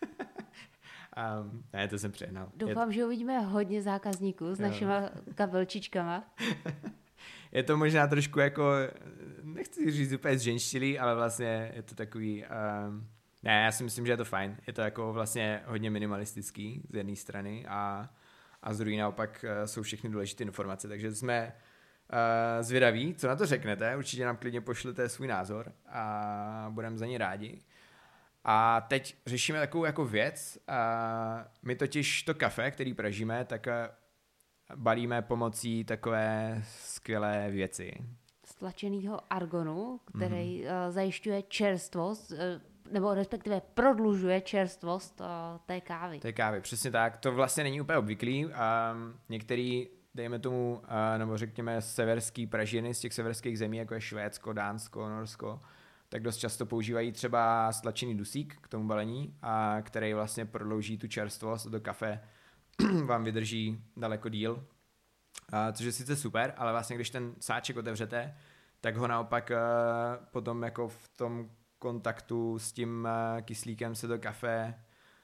um, ne, to jsem přehnal. Doufám, to... že uvidíme hodně zákazníků s jo. našima kabelčičkama. Je to možná trošku jako, nechci říct úplně zženštilý, ale vlastně je to takový, um, ne, já si myslím, že je to fajn. Je to jako vlastně hodně minimalistický z jedné strany a, a z druhé naopak uh, jsou všechny důležité informace, takže jsme Uh, zvědaví, co na to řeknete, určitě nám klidně pošlete svůj názor a budeme za ně rádi. A teď řešíme takovou jako věc, uh, my totiž to kafe, který pražíme, tak uh, balíme pomocí takové skvělé věci. Stlačenýho argonu, který mm-hmm. uh, zajišťuje čerstvost, uh, nebo respektive prodlužuje čerstvost uh, té kávy. Té kávy, přesně tak. To vlastně není úplně obvyklý. Um, některý dejme tomu, nebo řekněme severský pražiny z těch severských zemí, jako je Švédsko, Dánsko, Norsko, tak dost často používají třeba stlačený dusík k tomu balení, a který vlastně prodlouží tu čerstvost do kafe, vám vydrží daleko díl, a což je sice super, ale vlastně když ten sáček otevřete, tak ho naopak potom jako v tom kontaktu s tím kyslíkem se to kafe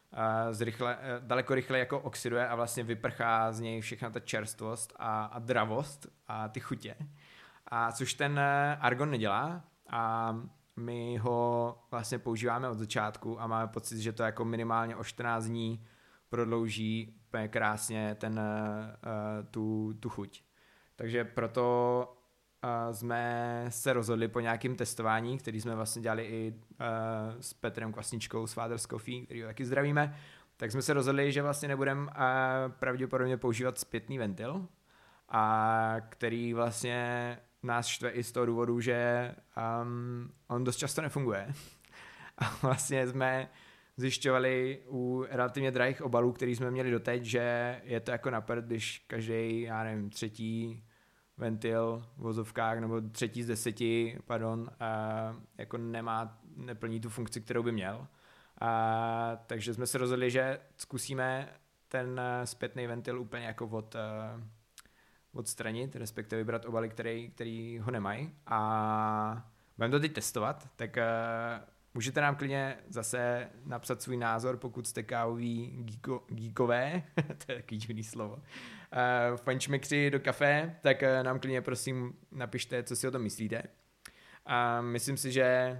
zrychle, daleko rychleji jako oxiduje a vlastně vyprchá z něj všechna ta čerstvost a, a dravost a ty chutě. A což ten argon nedělá a my ho vlastně používáme od začátku a máme pocit, že to jako minimálně o čtrnáct dní prodlouží úplně krásně ten, tu, tu chuť. Takže proto jsme se rozhodli po nějakém testování, který jsme vlastně dělali i uh, s Petrem Kvasničkou z Father's Coffee, který ho taky zdravíme, tak jsme se rozhodli, že vlastně nebudeme uh, pravděpodobně používat zpětný ventil, a který vlastně nás štve i z toho důvodu, že um, on dost často nefunguje. A vlastně jsme zjišťovali u relativně drahých obalů, který jsme měli doteď, že je to jako na prd, když každý, já nevím, třetí ventil v vozovkách, nebo třetí z deseti, pardon, uh, jako nemá, neplní tu funkci, kterou by měl. Uh, takže jsme se rozhodli, že zkusíme ten uh, zpětný ventil úplně jako od, uh, odstranit, respektive vybrat obaly, který, který ho nemají. A budeme to teď testovat, tak uh, můžete nám klidně zase napsat svůj názor, pokud jste kávoví geeko, geekové, to je takový divný slovo, uh, fančmekři do kafe, tak uh, nám klidně prosím napište, co si o tom myslíte. A uh, myslím si, že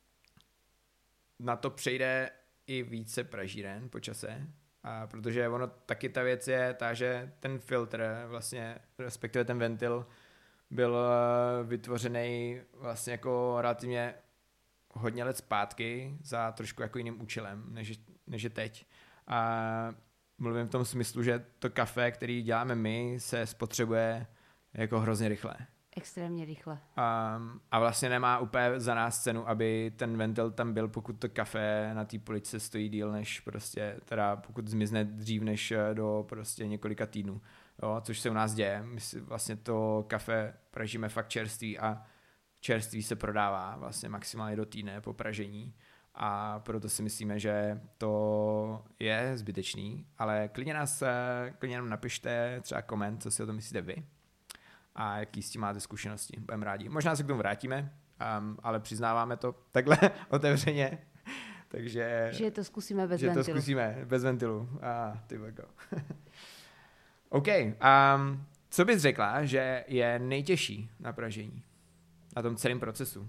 na to přejde i více pražíren po čase, a protože ono taky ta věc je ta, že ten filtr vlastně, respektive ten ventil byl uh, vytvořený vlastně jako relativně hodně let zpátky za trošku jako jiným účelem, než, než je teď. A mluvím v tom smyslu, že to kafe, který děláme my, se spotřebuje jako hrozně rychle. Extrémně rychle. A, a vlastně nemá úplně za nás cenu, aby ten ventil tam byl, pokud to kafe na té poličce stojí díl, než prostě, teda pokud zmizne dřív než do prostě několika týdnů. Jo, což se u nás děje. My si vlastně to kafe pražíme fakt čerství a čerství se prodává vlastně maximálně do týdne po pražení a proto si myslíme, že to je zbytečný, ale klidně nás, klidně nám napište třeba koment, co si o tom myslíte vy a jaký s tím máte zkušenosti, budeme rádi. Možná se k tomu vrátíme, um, ale přiznáváme to takhle otevřeně, takže... Že to zkusíme bez že ventilu. Že to zkusíme bez ventilu. Ah, ty go. OK, um, co bys řekla, že je nejtěžší na pražení? Na tom celém procesu.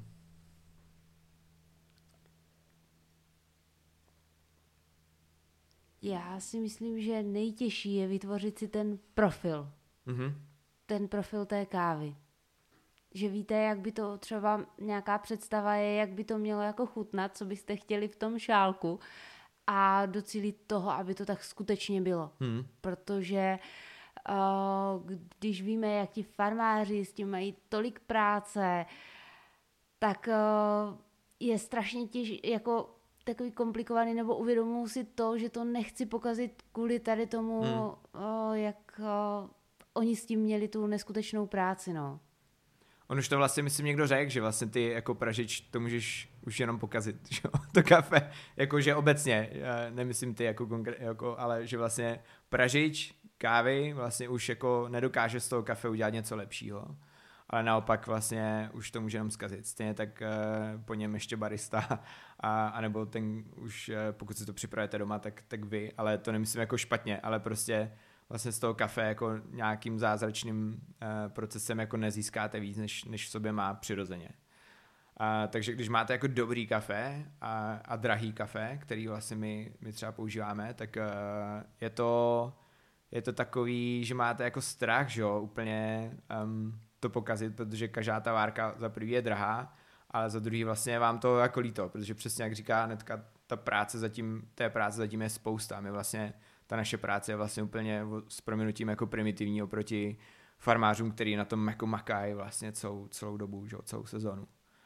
Já si myslím, že nejtěžší je vytvořit si ten profil. Mm-hmm. Ten profil té kávy. Že víte, jak by to třeba nějaká představa je, jak by to mělo jako chutnat, co byste chtěli v tom šálku a docílit toho, aby to tak skutečně bylo. Mm. Protože uh, když víme, jak ti farmáři s tím mají tolik práce, tak uh, je strašně těžké, jako takový komplikovaný, nebo uvědomuji si to, že to nechci pokazit kvůli tady tomu, mm. uh, jak uh, oni s tím měli tu neskutečnou práci, no. On už to vlastně, myslím, někdo řekl, že vlastně ty jako pražič to můžeš už jenom pokazit, že? To kafe, jakože obecně, nemyslím ty jako, konkr- jako, ale že vlastně pražič kávy vlastně už jako nedokáže z toho kafe udělat něco lepšího, ale naopak vlastně už to může jenom zkazit. Stejně tak uh, po něm ještě barista, a, anebo ten už, uh, pokud si to připravujete doma, tak, tak vy, ale to nemyslím jako špatně, ale prostě vlastně z toho kafe jako nějakým zázračným uh, procesem jako nezískáte víc, než, než v sobě má přirozeně. Uh, takže když máte jako dobrý kafe a, a drahý kafe, který vlastně my, my třeba používáme, tak uh, je to je to takový, že máte jako strach, že jo, úplně um, to pokazit, protože každá ta várka za prvý je drahá, ale za druhý vlastně vám to jako líto, protože přesně jak říká Netka, ta práce zatím, té práce zatím je spousta. My vlastně, ta naše práce je vlastně úplně s prominutím jako primitivní oproti farmářům, který na tom jako makají vlastně celou, celou dobu, že jo, celou sezonu.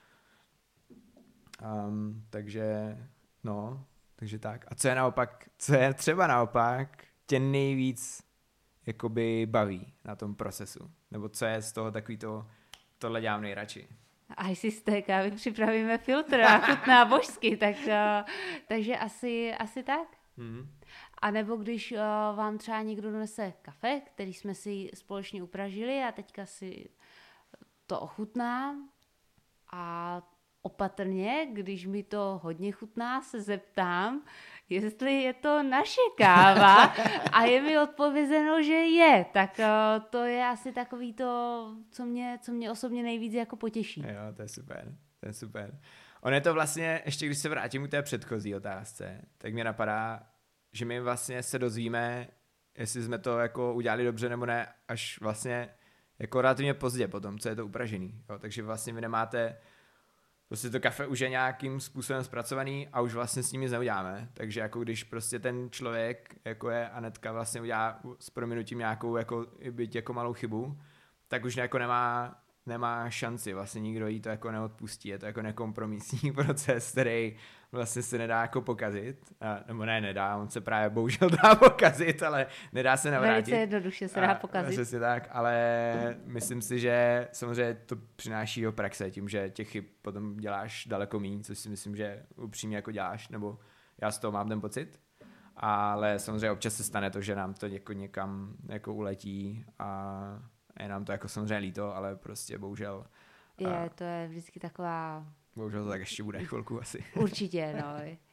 Um, takže, no, takže tak. A co je naopak, co je třeba naopak tě nejvíc jakoby baví na tom procesu? Nebo co je z toho takový to, tohle dělám nejradši? A jestli z té kávy připravíme filtr a chutná božsky, tak, uh, takže asi, asi tak. Mm. A nebo když uh, vám třeba někdo donese kafe, který jsme si společně upražili a teďka si to ochutnám a opatrně, když mi to hodně chutná, se zeptám, jestli je to naše káva a je mi odpovězeno, že je, tak uh, to je asi takový to, co mě, co mě osobně nejvíc jako potěší. Jo, to je super, to je super. On je to vlastně, ještě když se vrátím u té předchozí otázce, tak mě napadá, že my vlastně se dozvíme, jestli jsme to jako udělali dobře nebo ne, až vlastně jako relativně pozdě potom, co je to upražený. Jo, takže vlastně vy nemáte, prostě to kafe už je nějakým způsobem zpracovaný a už vlastně s ním nic neuděláme. Takže jako když prostě ten člověk, jako je Anetka, vlastně udělá s prominutím nějakou jako, byť jako malou chybu, tak už jako nemá, nemá šanci, vlastně nikdo jí to jako neodpustí, je to jako nekompromisní proces, který vlastně se nedá jako pokazit, a, nebo ne, nedá, on se právě bohužel dá pokazit, ale nedá se navrátit. Velice jednoduše se dá pokazit. Přesně tak, ale myslím si, že samozřejmě to přináší do praxe tím, že těch chyb potom děláš daleko méně, což si myslím, že upřímně jako děláš, nebo já z toho mám ten pocit, ale samozřejmě občas se stane to, že nám to jako někam jako uletí a je nám to jako samozřejmě líto, ale prostě bohužel. Je, to je vždycky taková... Bohužel to tak ještě bude chvilku asi. Určitě, no.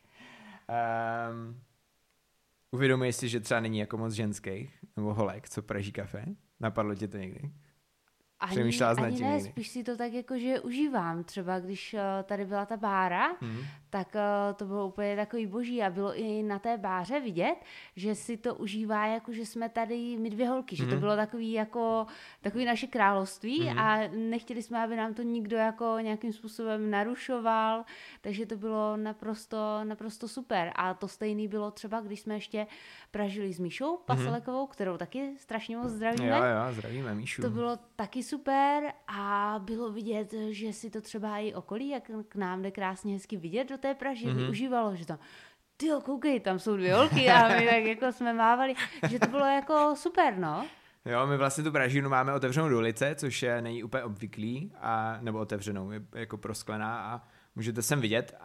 um, uvědomuji si, že třeba není jako moc ženských nebo holek, co praží kafe? Napadlo tě to někdy? Ani, ani ne, někdy. Spíš si to tak jako, že užívám. Třeba když uh, tady byla ta bára, hmm. tak uh, to bylo úplně takový boží a bylo i na té báře vidět, že si to užívá jako, že jsme tady my dvě holky, hmm. že to bylo takový jako takový naše království hmm. a nechtěli jsme, aby nám to nikdo jako nějakým způsobem narušoval, takže to bylo naprosto, naprosto super. A to stejný bylo třeba, když jsme ještě pražili s Míšou Paselekovou, kterou taky strašně moc zdravíme. Jo, jo, zdravíme Míšu. To bylo taky super a bylo vidět, že si to třeba i okolí, jak k nám jde krásně hezky vidět do té pražiny, mm-hmm. užívalo, že tam tyjo, koukej, tam jsou dvě holky a my tak jako jsme mávali, že to bylo jako super, no. Jo, my vlastně tu pražinu máme otevřenou do ulice, což je není úplně obvyklý, a, nebo otevřenou, je jako prosklená a můžete sem vidět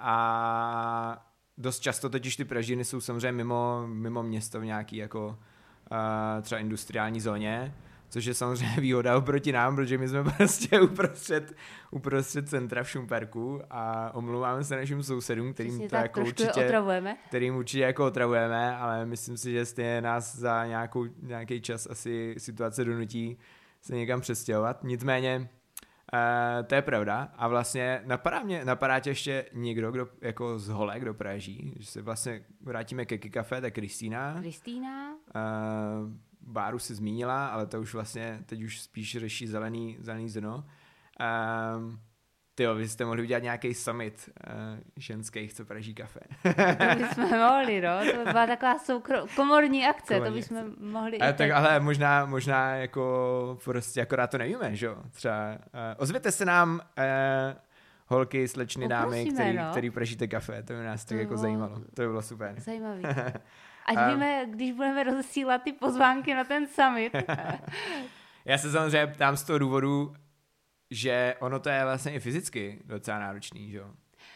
a dost často totiž ty pražiny jsou samozřejmě mimo, mimo město v nějaký jako uh, třeba industriální zóně, což je samozřejmě výhoda oproti nám, protože my jsme prostě uprostřed, uprostřed centra v Šumperku a omlouváme se našim sousedům, kterým to jako určitě, otravujeme. kterým určitě jako otravujeme, ale myslím si, že stejně nás za nějakou, nějaký čas asi situace donutí se někam přestěhovat. Nicméně Uh, to je pravda a vlastně napadá mě, napadá tě ještě někdo, kdo jako z holek, kdo praží, že se vlastně vrátíme ke Kiki Café, tak Kristýna. Kristýna. Uh, Báru si zmínila, ale to už vlastně teď už spíš řeší zelený, zelený zrno. Um, Tyjo, vy jste mohli udělat nějaký summit uh, ženských, co praží kafe. To bychom mohli, no. To by byla taková soukro... komorní akce, komorní to bychom akce. mohli. Ale, tak, ale možná, možná jako prostě akorát to nevíme, že jo? Třeba uh, ozvěte se nám uh, holky, slečny, dámy, který, no. který pražíte kafe. To by nás to tak jako zajímalo. To by bylo super. Zajímavý. Ať um, víme, když budeme rozesílat ty pozvánky na ten summit. Já se samozřejmě ptám z toho důvodu, že ono to je vlastně i fyzicky docela náročný, že jo?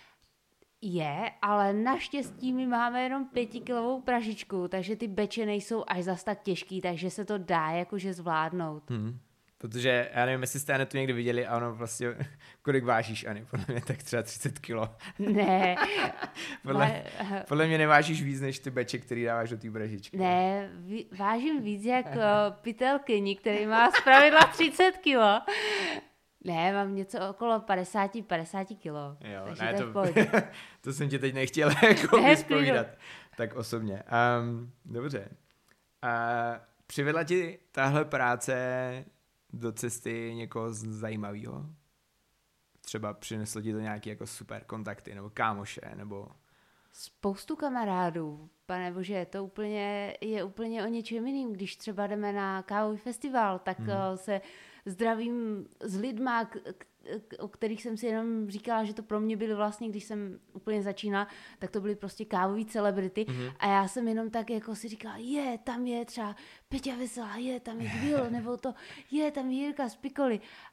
Je, ale naštěstí my máme jenom pětikilovou pražičku, takže ty beče nejsou až zas tak těžký, takže se to dá jakože zvládnout. Hmm. Protože já nevím, jestli jste Anetu někdy viděli a ono vlastně, kolik vážíš, Ani? Podle mě tak třeba třicet kilo. Ne. podle, podle mě nevážíš víc než ty beče, který dáváš do té pražičky. Ne, vážím víc jak uh, pytelkyni, který má zpravidla třicet kilo. Ne, mám něco okolo padesát kilo. Jo, takže ne, to, to, to jsem ti teď nechtěl jako ne, vyspovídat. Tak osobně. Um, dobře. Uh, přivedla ti tahle práce do cesty někoho zajímavého? Třeba přineslo ti to nějaké jako super kontakty, nebo kámoše, nebo... Spoustu kamarádů, pane bože, to úplně, je úplně o něčem jiným. Když třeba jdeme na kávový festival, tak hmm. se zdravím s lidma, k, k, o kterých jsem si jenom říkala, že to pro mě byly vlastně, když jsem úplně začínala, tak to byly prostě kávový celebrity mm-hmm. a já jsem jenom tak jako si říkala, je, tam je třeba Peťa Veselá, je, tam je Bill, nebo to, je, tam je Jirka z Piccoli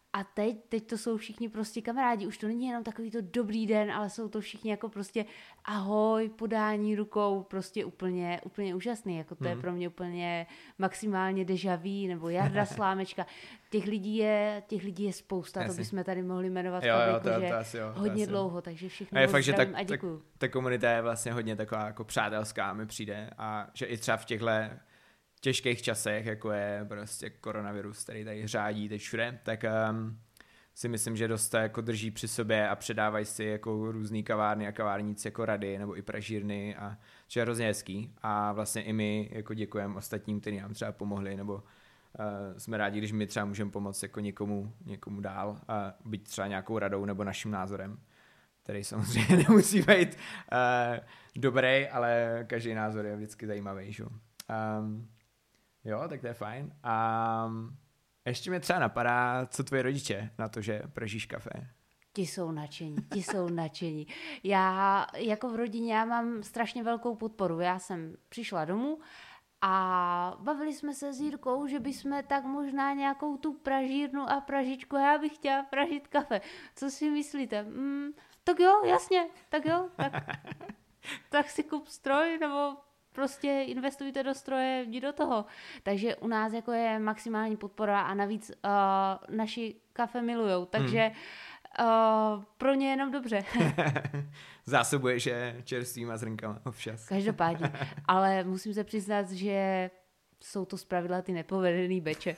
A teď, teď to jsou všichni prostě kamarádi, už to není jenom takový to dobrý den, ale jsou to všichni jako prostě ahoj, podání rukou, prostě úplně, úplně úžasný, jako to hmm. je pro mě úplně maximálně déjà vu, nebo Jarda Slámečka. Těch lidí je, těch lidí je spousta, asi. To bychom tady mohli jmenovat jo, jo, to, že to asi, jo, hodně to dlouho, takže všechno a je fakt, že ta, a děkuju. Ta, ta komunita je vlastně hodně taková jako přátelská, mi přijde, a že i třeba v těchto těžkých časech, jako je prostě koronavirus, který tady řádí teď všude, tak um, si myslím, že dost jako drží při sobě a předávají si jako různý kavárny a kavárníci jako rady nebo i pražírny, a že je hrozně hezký, a vlastně i my jako děkujeme ostatním, kteří nám třeba pomohli, nebo uh, jsme rádi, když my třeba můžeme pomoct jako někomu, někomu dál a být třeba nějakou radou nebo naším názorem, který samozřejmě nemusí být uh, dobrý, ale každý názor je vždycky zajímavý, že? Um, jo, tak to je fajn. A um, ještě mě třeba napadá, co tvoje rodiče na to, že pražíš kafe. Ti jsou nadšení, ti jsou nadšení. Já jako v rodině já mám strašně velkou podporu. Já jsem přišla domů a bavili jsme se s Jirkou, že bychom tak možná nějakou tu pražírnu a pražičku, já bych chtěla pražit kafe. Co si myslíte? Mm, tak jo, jasně, tak jo, tak, tak si kup stroj, nebo prostě investujte do stroje, jdi do toho. Takže u nás jako je maximální podpora a navíc uh, naši kafe milujou, takže uh, pro ně jenom dobře. Zásobuješ je čerstvýma zrnkama občas. Každopádně, ale musím se přiznat, že jsou to zpravidla ty nepovedený beče.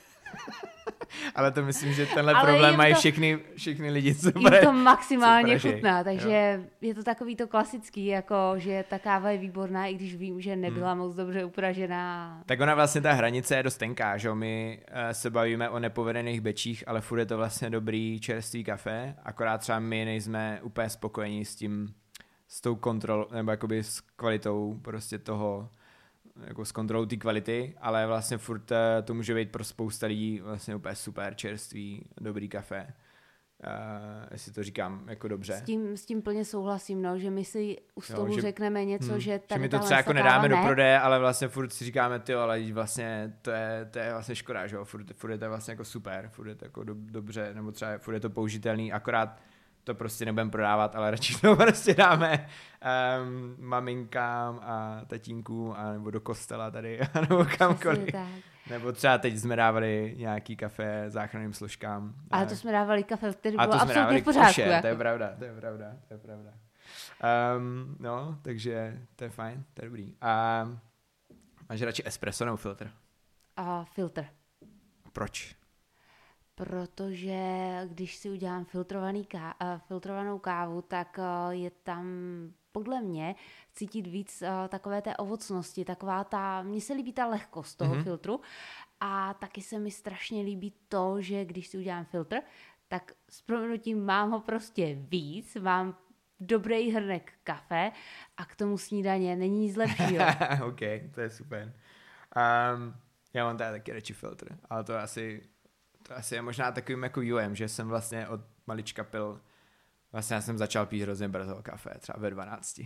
Ale to myslím, že tenhle ale problém mají to, všechny, všechny lidi, co jim to maximálně chutná, takže jo. Je to takový to klasický, jako že ta káva je výborná, i když vím, že nebyla hmm. moc dobře upražená. Tak ona vlastně, ta hranice je dost tenká, že my uh, se bavíme o nepovedených bečích, ale furt je to vlastně dobrý čerstvý kafe, akorát třeba my nejsme úplně spokojení s tím, s tou kontrolou, nebo jakoby s kvalitou prostě toho, jako s kontrolou té kvality, ale vlastně furt to může být pro spousta lidí vlastně úplně super čerstvý, dobrý kafe. Uh, jestli to říkám jako dobře. S tím, s tím plně souhlasím, no, že my si u stolu jo, že, řekneme něco, hmm, že tady že my to třeba jako nedáme ne. do prodeje, ale vlastně furt si říkáme, tyjo, ale vlastně to je, to je vlastně škoda, že jo, furt, furt je to vlastně jako super, furt je to jako do, dobře, nebo třeba furt je to použitelný, akorát to prostě nebudeme prodávat, ale radši to prostě dáme um, maminkám a tatínkům, a nebo do kostela tady, nebo kamkoliv. Nebo třeba teď jsme dávali nějaký kafe záchranným složkám. Ale to jsme dávali kafe, který bylo absolutně v pořádku. Kuše, jako. To je pravda, to je pravda, to je pravda. Um, no, takže to je fajn, to je dobrý. A máš radši espresso nebo filtr? Uh, filtr. Proč? Protože když si udělám filtrovaný ká- filtrovanou kávu, tak je tam podle mě cítit víc takové té ovocnosti, taková ta, mně se líbí ta lehkost toho mm-hmm. filtru, a taky se mi strašně líbí to, že když si udělám filtr, tak s prominutím mám ho prostě víc, mám dobrý hrnek kafe a k tomu snídaně není nic lepšího. OK, to je super. Um, já mám tady taky radši filtr, ale to asi... To asi je možná takovým jako juem, že jsem vlastně od malička pil, vlastně já jsem začal pít hrozně brzo kafe, třeba ve dvanácti.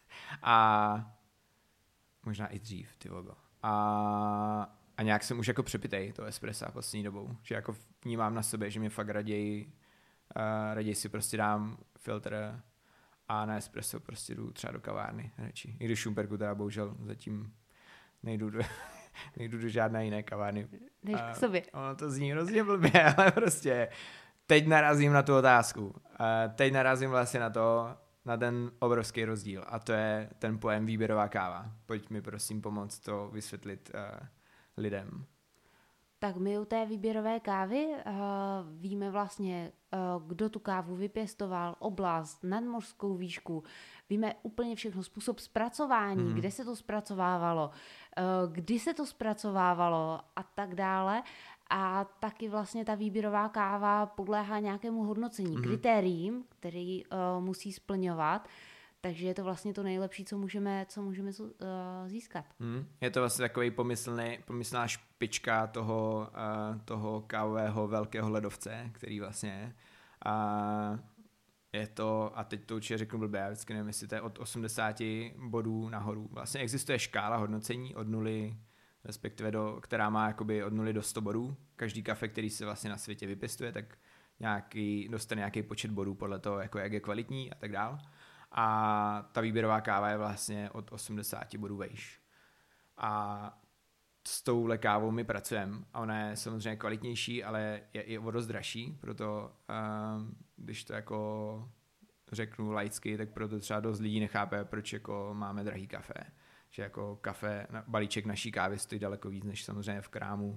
A možná i dřív, ty vogo. A, a nějak jsem už jako přepitej to espressa poslední dobou, že jako vnímám na sobě, že mě fakt raději, uh, raději si prostě dám filtr a na espresso prostě jdu třeba do kavárny radši. I když Šumperku teda bohužel zatím nejdu do... nejdu do žádné jiné kavárny. Než k sobě. Ono to zní hrozně blbě, ale prostě teď narazím na tu otázku. Teď narazím vlastně na to, na ten obrovský rozdíl, a to je ten pojem výběrová káva. Pojď mi prosím pomoct to vysvětlit uh, lidem. Tak my u té výběrové kávy uh, víme vlastně, uh, kdo tu kávu vypěstoval, oblast, nadmořskou výšku, víme úplně všechno, způsob zpracování, mm. kde se to zpracovávalo, uh, kdy se to zpracovávalo a tak dále. A taky vlastně ta výběrová káva podléhá nějakému hodnocení, mm. kritériím, který uh, musí splňovat. Takže je to vlastně to nejlepší, co můžeme, co můžeme uh, získat. Hmm. Je to vlastně takový pomyslný, pomyslná špička toho, uh, toho kávového velkého ledovce, který vlastně uh, je to, a teď to určitě řeknu blbě, já vždycky nevím, jestli to je od osmdesáti bodů nahoru. Vlastně existuje škála hodnocení od nuly, respektive do, která má jakoby od nuly do sto bodů. Každý kafe, který se vlastně na světě vypěstuje, tak nějaký, dostane nějaký počet bodů podle toho, jako jak je kvalitní a tak dál. A ta výběrová káva je vlastně od osmdesát bodů vejš. A s touhle kávou my pracujeme a ona je samozřejmě kvalitnější, ale je i o dost dražší, proto um, když to jako řeknu laicky, tak proto třeba dost lidí nechápe, proč jako máme drahý kafe. Že jako kafe, balíček naší kávy stojí daleko víc, než samozřejmě v krámu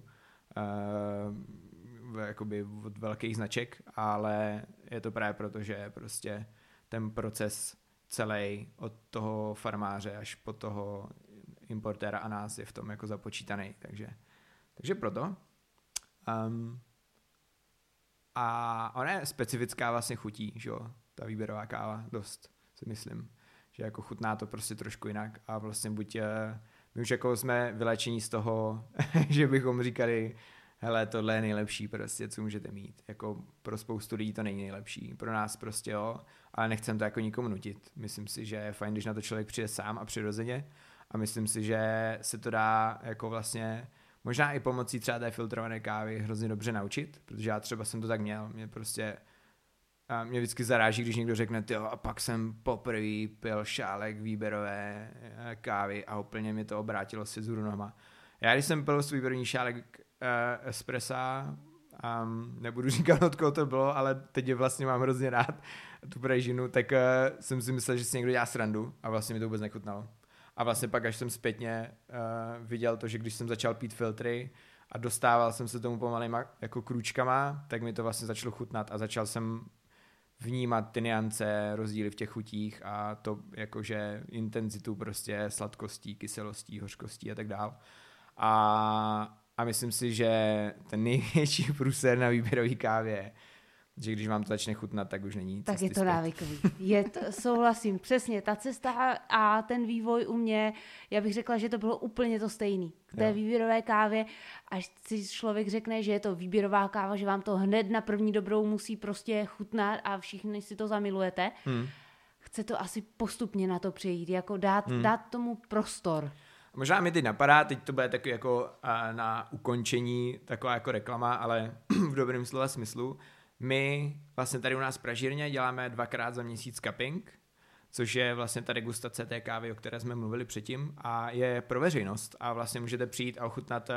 uh, jakoby od velkých značek, ale je to právě proto, že prostě ten proces celý od toho farmáře až po toho importéra a nás je v tom jako započítaný, takže, takže proto. Um, a ona je specifická vlastně chutí, že jo, ta výběrová káva, dost si myslím, že jako chutná to prostě trošku jinak a vlastně buď my už jako jsme vylečení z toho, že bychom říkali, hele, tohle je nejlepší prostě, co můžete mít, jako pro spoustu lidí to není nejlepší, pro nás prostě jo, ale nechcem to jako nikomu nutit, myslím si, že je fajn, když na to člověk přijde sám a přirozeně a myslím si, že se to dá jako vlastně možná i pomocí třeba té filtrované kávy hrozně dobře naučit, protože já třeba jsem to tak měl, mě prostě a mě vždycky zaráží, když někdo řekne, tyjo, a pak jsem poprvé pil šálek výběrové kávy a úplně mě to obrátilo si zůru nohama. Já když jsem pil svůj první šálek uh, espressa, um, nebudu říkat, od koho to bylo, ale teď je vlastně mám hrozně rád, tu pražinu, tak uh, jsem si myslel, že si někdo dělá srandu a vlastně mi to vůbec nechutnalo. A vlastně pak, až jsem zpětně uh, viděl to, že když jsem začal pít filtry a dostával jsem se tomu pomalejma jako krůčkama, tak mi to vlastně začalo chutnat a začal jsem vnímat ty nuance, rozdíly v těch chutích a to jakože intenzitu prostě sladkostí, kyselostí, hořkostí a tak dál. A, a myslím si, že ten největší průser na výběrový kávě, že když vám to začne chutnat, tak už není tak je to zpět. návykový. Je to, souhlasím, přesně. Ta cesta a ten vývoj u mě, já bych řekla, že to bylo úplně to stejný. K té jo. výběrové kávě, až si člověk řekne, že je to výběrová káva, že vám to hned na první dobrou musí prostě chutnat a všichni si to zamilujete. Hmm. Chce to asi postupně na to přejít, jako dát, hmm. dát tomu prostor. Možná mi teď napadá, teď to bude taky jako na ukončení taková jako reklama, ale v dobrém slova smyslu. My vlastně tady u nás v pražírně děláme dvakrát za měsíc cupping, což je vlastně ta degustace té kávy, o které jsme mluvili předtím a je pro veřejnost a vlastně můžete přijít a ochutnat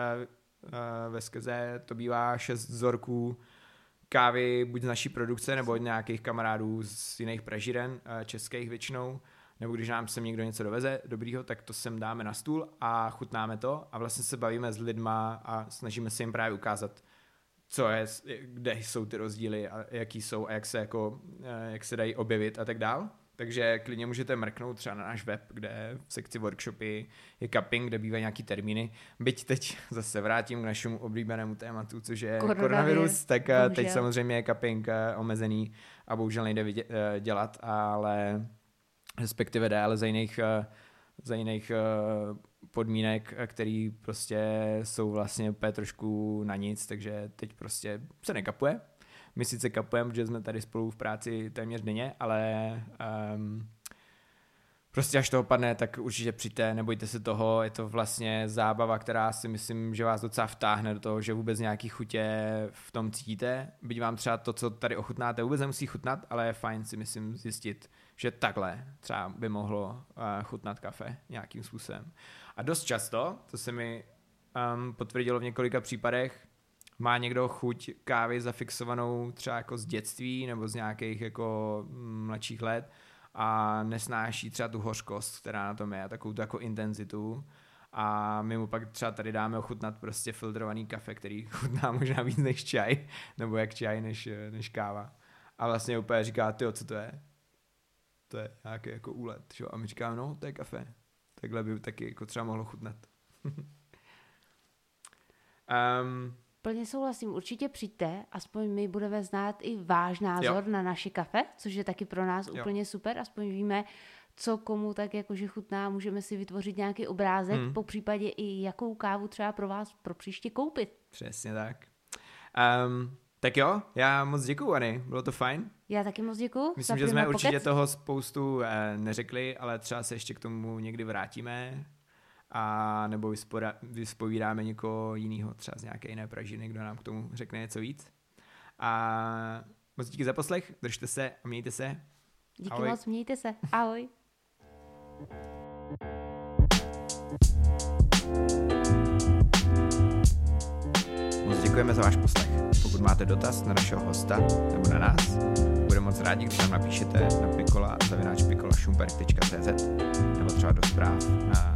ve skrze, to bývá šest vzorků kávy buď z naší produkce nebo od nějakých kamarádů z jiných pražíren, českých většinou, nebo když nám sem někdo něco doveze dobrýho, tak to sem dáme na stůl a chutnáme to a vlastně se bavíme s lidma a snažíme se jim právě ukázat, co je, kde jsou ty rozdíly a jaký jsou a jak se, jako, jak se dají objevit a tak dál. Takže klidně můžete mrknout třeba na náš web, kde v sekci workshopy je cupping, kde bývají nějaký termíny. Byť teď zase vrátím k našemu oblíbenému tématu, což je koronavirus, koronavirus tak bohužel. Teď samozřejmě je cupping omezený a bohužel nejde dělat, ale respektive jde, ale za jiných, za jiných podmínek, který prostě jsou vlastně úplně trošku na nic, takže teď prostě se nekapuje. My sice kapujeme, protože jsme tady spolu v práci téměř denně, ale um, prostě až to opadne, tak určitě přijďte, nebojte se toho, je to vlastně zábava, která si myslím, že vás docela vtáhne do toho, že vůbec nějaký chutě v tom cítíte, byť vám třeba to, co tady ochutnáte, vůbec nemusí chutnat, ale je fajn si myslím zjistit, že takhle třeba by mohlo uh, chutnat kafe nějakým způsobem. A dost často, to se mi um, potvrdilo v několika případech, má někdo chuť kávy zafixovanou třeba jako z dětství nebo z nějakých jako mladších let a nesnáší třeba tu hořkost, která na tom je, a takovou tu jako intenzitu. A my mu pak třeba tady dáme ochutnat prostě filtrovaný kafe, který chutná možná víc než čaj, nebo jak čaj než, než káva. A vlastně úplně říká, tyjo, co to je? To je nějaký jako úlet. Že? A my říkáme, no, to je kafe. Takhle by taky jako třeba mohlo chutnat. um, Plně souhlasím, určitě přijďte, aspoň my budeme znát i váš názor jo. na naše kafe, což je taky pro nás jo. úplně super, aspoň víme, co komu tak jakože chutná, můžeme si vytvořit nějaký obrázek, hmm. po případě i jakou kávu třeba pro vás pro příště koupit. Přesně tak. Um, tak jo, já moc děkuju, Ani, bylo to fajn. Já taky moc děkuju. Myslím, že jsme určitě pokec. toho spoustu eh, neřekli, ale třeba se ještě k tomu někdy vrátíme. A nebo vyspovídáme někoho jiného, třeba z nějaké jiné pražiny, kdo nám k tomu řekne něco víc. A moc díky za poslech, držte se a mějte se. Díky Ahoj. moc, mějte se. Ahoj. Moc děkujeme za váš poslech. Pokud máte dotaz na našeho hosta nebo na nás, budeme moc rádi, když nám napíšete na pikola zavináč pikola šumperk tečka cé zet nebo třeba do zpráv na